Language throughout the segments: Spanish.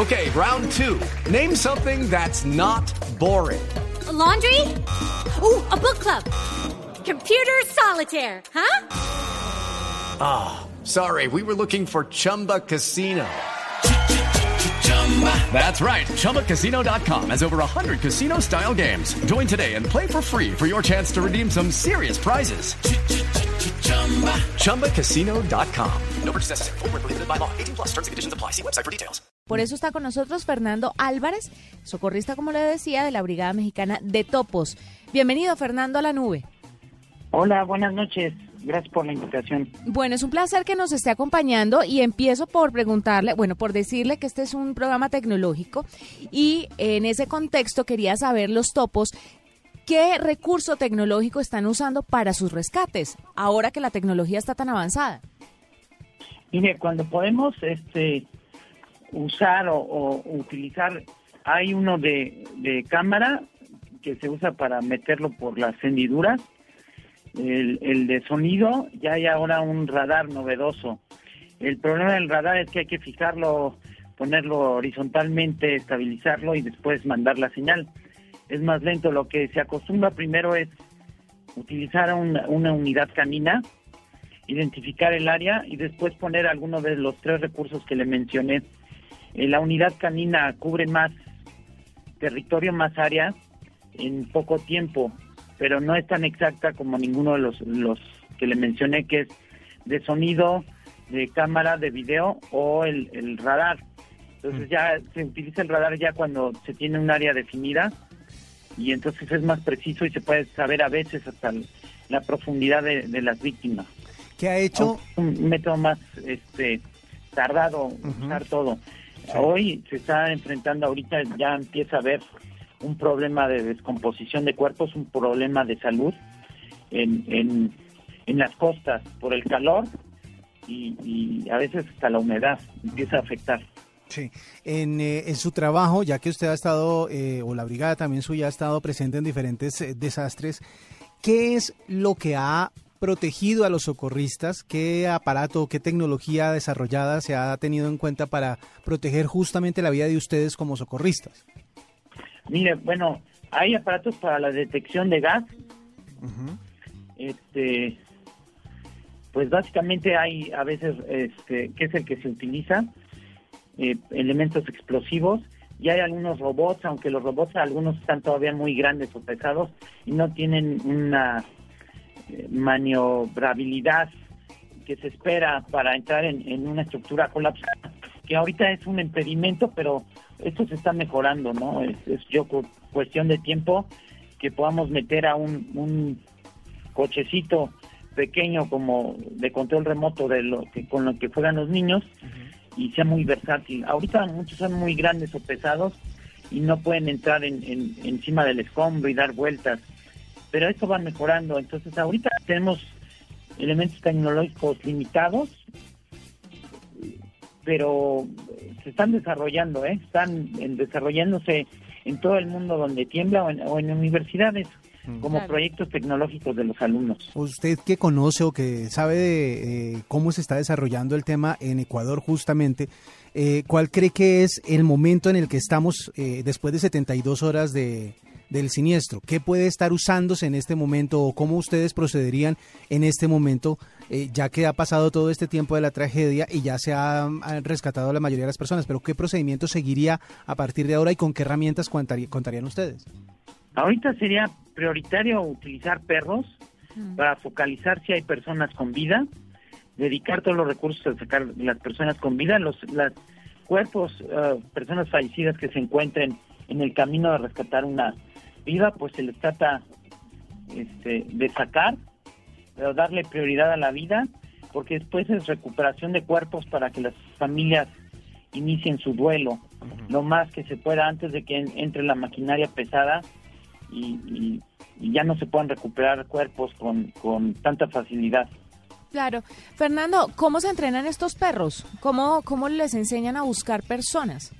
Okay, round two. Name something that's not boring. A laundry? Ooh, a book club. Computer solitaire, huh? Ah, sorry, we were looking for Chumba Casino. That's right, ChumbaCasino.com has over 100 casino-style games. Join today and play for free for your chance to redeem some serious prizes. ChumbaCasino.com. No purchase necessary. Void where prohibited by law. 18+ terms and conditions apply. See website for details. Por eso está con nosotros Fernando Álvarez, socorrista, como le decía, de la Brigada Mexicana de Topos. Bienvenido, Fernando, a la nube. Hola, buenas noches. Gracias por la invitación. Bueno, es un placer que nos esté acompañando y empiezo por preguntarle, por decirle que este es un programa tecnológico y en ese contexto quería saber los topos, ¿qué recurso tecnológico están usando para sus rescates ahora que la tecnología está tan avanzada? Mire, cuando podemos usar o utilizar, hay uno de cámara que se usa para meterlo por las hendiduras. El de sonido, ya hay ahora un radar novedoso. El problema del radar es que hay que fijarlo, ponerlo horizontalmente, estabilizarlo y después mandar la señal. Es más lento. Lo que se acostumbra primero es utilizar una unidad canina, identificar el área y después poner alguno de los tres recursos que le mencioné. La unidad canina cubre más territorio, más área en poco tiempo, pero no es tan exacta como ninguno de los que le mencioné, que es de sonido, de cámara, de video o el radar. Entonces ya se utiliza el radar ya cuando se tiene un área definida y entonces es más preciso y se puede saber a veces hasta la profundidad de las víctimas. ¿Qué ha hecho? Un método más tardado usar todo. Sí. Hoy se está enfrentando, ahorita ya empieza a haber un problema de descomposición de cuerpos, un problema de salud en las costas por el calor y a veces hasta la humedad empieza a afectar. Sí, en su trabajo, ya que usted ha estado, o la brigada también suya ha estado presente en diferentes desastres, ¿qué es lo que ha protegido a los socorristas? ¿Qué aparato, qué tecnología desarrollada se ha tenido en cuenta para proteger justamente la vida de ustedes como socorristas? Mire, bueno, hay aparatos para la detección de gas. Pues básicamente hay a veces, que es el que se utiliza, elementos explosivos, y hay algunos robots, aunque los robots algunos están todavía muy grandes o pesados y no tienen una maniobrabilidad que se espera para entrar en una estructura colapsada, que ahorita es un impedimento, pero esto se está mejorando, ¿no? Es cuestión de tiempo que podamos meter a un cochecito pequeño como de control remoto con lo que fueran los niños y sea muy versátil. Ahorita muchos son muy grandes o pesados y no pueden entrar encima del escombro y dar vueltas, pero esto va mejorando. Entonces ahorita tenemos elementos tecnológicos limitados, pero se están desarrollando, están desarrollándose en todo el mundo donde tiembla o en universidades como proyectos tecnológicos de los alumnos. Usted que conoce o que sabe de cómo se está desarrollando el tema en Ecuador justamente, ¿cuál cree que es el momento en el que estamos después de 72 horas del siniestro? ¿Qué puede estar usándose en este momento o cómo ustedes procederían en este momento, ya que ha pasado todo este tiempo de la tragedia y ya se han rescatado la mayoría de las personas? Pero ¿qué procedimiento seguiría a partir de ahora y con qué herramientas contarían ustedes? Ahorita sería prioritario utilizar perros para focalizar si hay personas con vida, dedicar todos los recursos a sacar las personas con vida, los cuerpos, personas fallecidas que se encuentren en el camino de rescatar una vida, pues se les trata de sacar, pero darle prioridad a la vida, porque después es recuperación de cuerpos para que las familias inicien su duelo lo más que se pueda antes de que entre la maquinaria pesada y ya no se puedan recuperar cuerpos con tanta facilidad. Claro. Fernando, ¿cómo se entrenan estos perros? ¿Cómo les enseñan a buscar personas?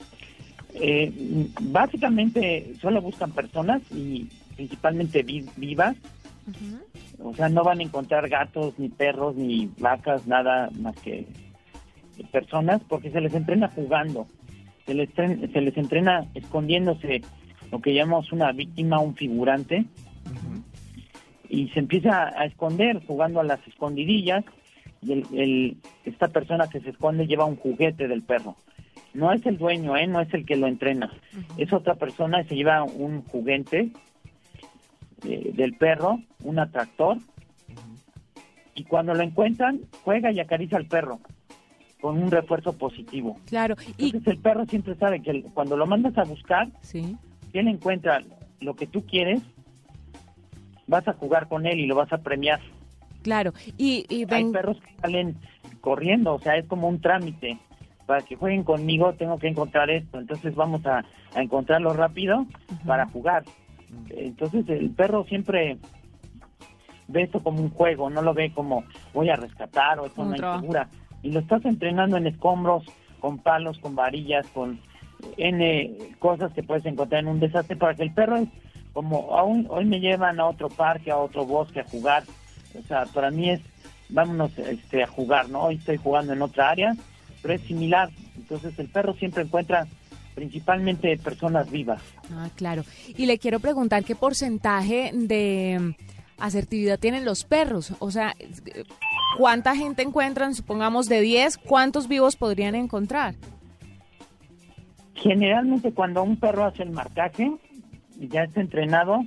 Básicamente solo buscan personas y principalmente vivas. O sea, no van a encontrar gatos, ni perros, ni vacas, nada más que personas, porque se les entrena jugando. se les entrena escondiéndose lo que llamamos una víctima, un figurante, y se empieza a esconder jugando a las escondidillas, y esta persona que se esconde lleva un juguete del perro. No es el dueño, no es el que lo entrena, es otra persona y se lleva un juguete del perro, un atractor, y cuando lo encuentran, juega y acaricia al perro con un refuerzo positivo. Claro. Entonces el perro siempre sabe que cuando lo mandas a buscar, Sí. si él encuentra lo que tú quieres, vas a jugar con él y lo vas a premiar. Claro. Y Hay perros que salen corriendo, o sea, es como un trámite. Para que jueguen conmigo tengo que encontrar esto, entonces vamos a encontrarlo rápido para jugar. Entonces el perro siempre ve esto como un juego, no lo ve como voy a rescatar o es una insegura. Y lo estás entrenando en escombros, con palos, con varillas, con N cosas que puedes encontrar en un desastre, para que el perro es como, hoy me llevan a otro parque, a otro bosque a jugar. O sea, para mí es, vámonos a jugar, ¿no? Hoy estoy jugando en otra área, pero es similar. Entonces el perro siempre encuentra principalmente personas vivas. Ah, claro. Y le quiero preguntar qué porcentaje de asertividad tienen los perros. O sea, ¿cuánta gente encuentran? Supongamos de 10, ¿cuántos vivos podrían encontrar? Generalmente cuando un perro hace el marcaje, ya está entrenado,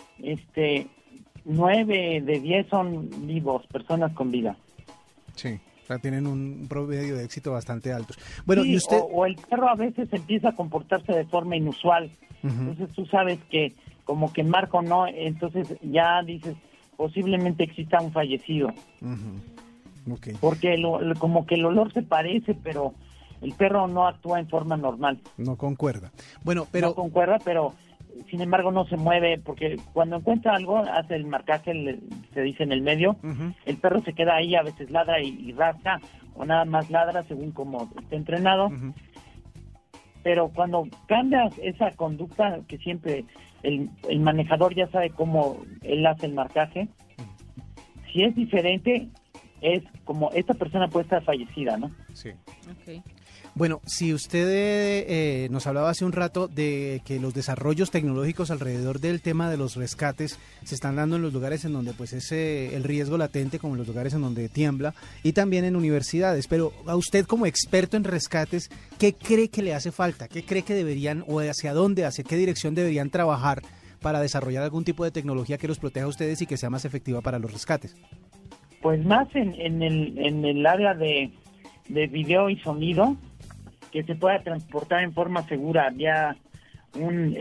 9 de 10 son vivos, personas con vida. Sí. O sea, tienen un promedio de éxito bastante alto. Bueno, Sí, y usted... o el perro a veces empieza a comportarse de forma inusual. Entonces tú sabes que como que Marco no, entonces ya dices, posiblemente exista un fallecido. Okay. Porque como que el olor se parece, pero el perro no actúa en forma normal. No concuerda. Bueno, pero... No concuerda, pero sin embargo no se mueve, porque cuando encuentra algo, hace el marcaje, se dice en el medio, el perro se queda ahí, a veces ladra y rasca, o nada más ladra según como esté entrenado. Pero cuando cambias esa conducta, que siempre el manejador ya sabe cómo él hace el marcaje, si es diferente, es como esta persona puede estar fallecida, ¿no? Sí. Okay. Bueno, si usted nos hablaba hace un rato de que los desarrollos tecnológicos alrededor del tema de los rescates se están dando en los lugares en donde pues es el riesgo latente, como en los lugares en donde tiembla, y también en universidades, pero a usted como experto en rescates, ¿qué cree que le hace falta? ¿Qué cree que deberían, o hacia qué dirección deberían trabajar para desarrollar algún tipo de tecnología que los proteja a ustedes y que sea más efectiva para los rescates? Pues más en el área de video y sonido, que se pueda transportar en forma segura. Había un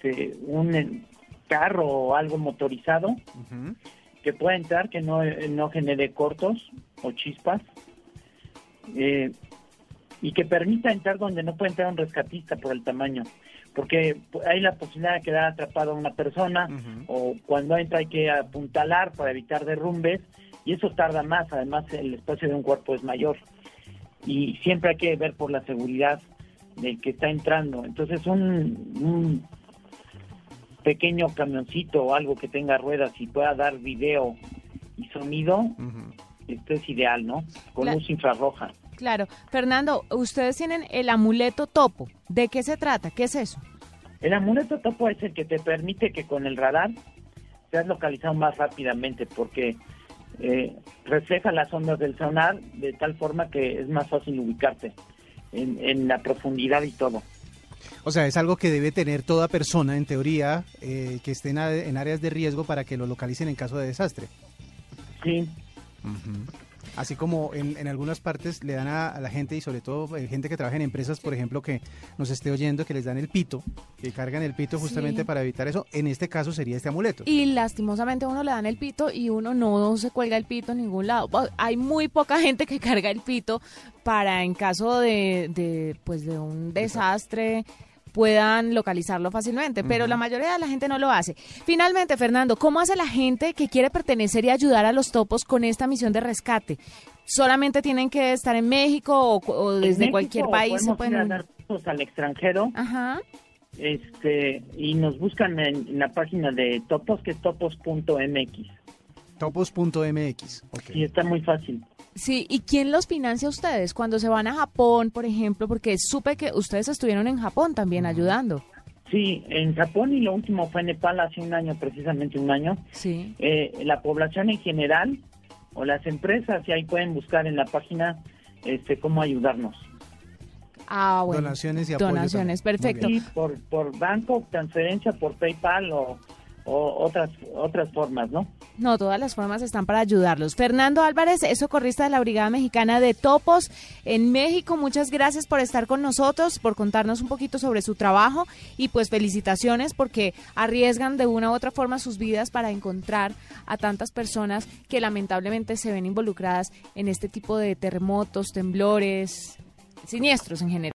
carro o algo motorizado que pueda entrar, que no genere cortos o chispas, y que permita entrar donde no puede entrar un rescatista por el tamaño, porque hay la posibilidad de quedar atrapado a una persona, o cuando entra hay que apuntalar para evitar derrumbes, y eso tarda más. Además el espacio de un cuerpo es mayor, y siempre hay que ver por la seguridad del que está entrando. Entonces un pequeño camioncito o algo que tenga ruedas y pueda dar video y sonido, esto es ideal, ¿no? Con luz infrarroja. Claro. Fernando, ustedes tienen el amuleto topo. ¿De qué se trata? ¿Qué es eso? El amuleto topo es el que te permite que con el radar seas localizado más rápidamente, porque refleja las ondas del sonar de tal forma que es más fácil ubicarte en la profundidad y todo. O sea, es algo que debe tener toda persona, en teoría, que esté en áreas de riesgo para que lo localicen en caso de desastre. Sí. Así como en algunas partes le dan a la gente, y sobre todo gente que trabaja en empresas, por ejemplo, que nos esté oyendo, que les dan el pito, que cargan el pito justamente para evitar eso. En este caso sería este amuleto. Y lastimosamente a uno le dan el pito y uno no se cuelga el pito en ningún lado. Hay muy poca gente que carga el pito para, en caso de un desastre, puedan localizarlo fácilmente, pero la mayoría de la gente no lo hace. Finalmente, Fernando, ¿cómo hace la gente que quiere pertenecer y ayudar a los topos con esta misión de rescate? ¿Solamente tienen que estar en México o desde cualquier país? Se pueden dar cursos al extranjero. Ajá. Y nos buscan en la página de Topos, que es topos.mx. Topos.mx. Okay. Y está muy fácil. Sí, ¿y quién los financia a ustedes cuando se van a Japón, por ejemplo? Porque supe que ustedes estuvieron en Japón también ayudando. Sí, en Japón y lo último fue en Nepal hace un año, precisamente un año. Sí. La población en general o las empresas, y ahí pueden buscar en la página cómo ayudarnos. Ah, bueno. Donaciones y apoyo. Donaciones, perfecto. Sí, por banco, transferencia, por PayPal o otras formas, ¿no? No, todas las formas están para ayudarlos. Fernando Álvarez es socorrista de la Brigada Mexicana de Topos en México. Muchas gracias por estar con nosotros, por contarnos un poquito sobre su trabajo y pues felicitaciones porque arriesgan de una u otra forma sus vidas para encontrar a tantas personas que lamentablemente se ven involucradas en este tipo de terremotos, temblores, siniestros en general.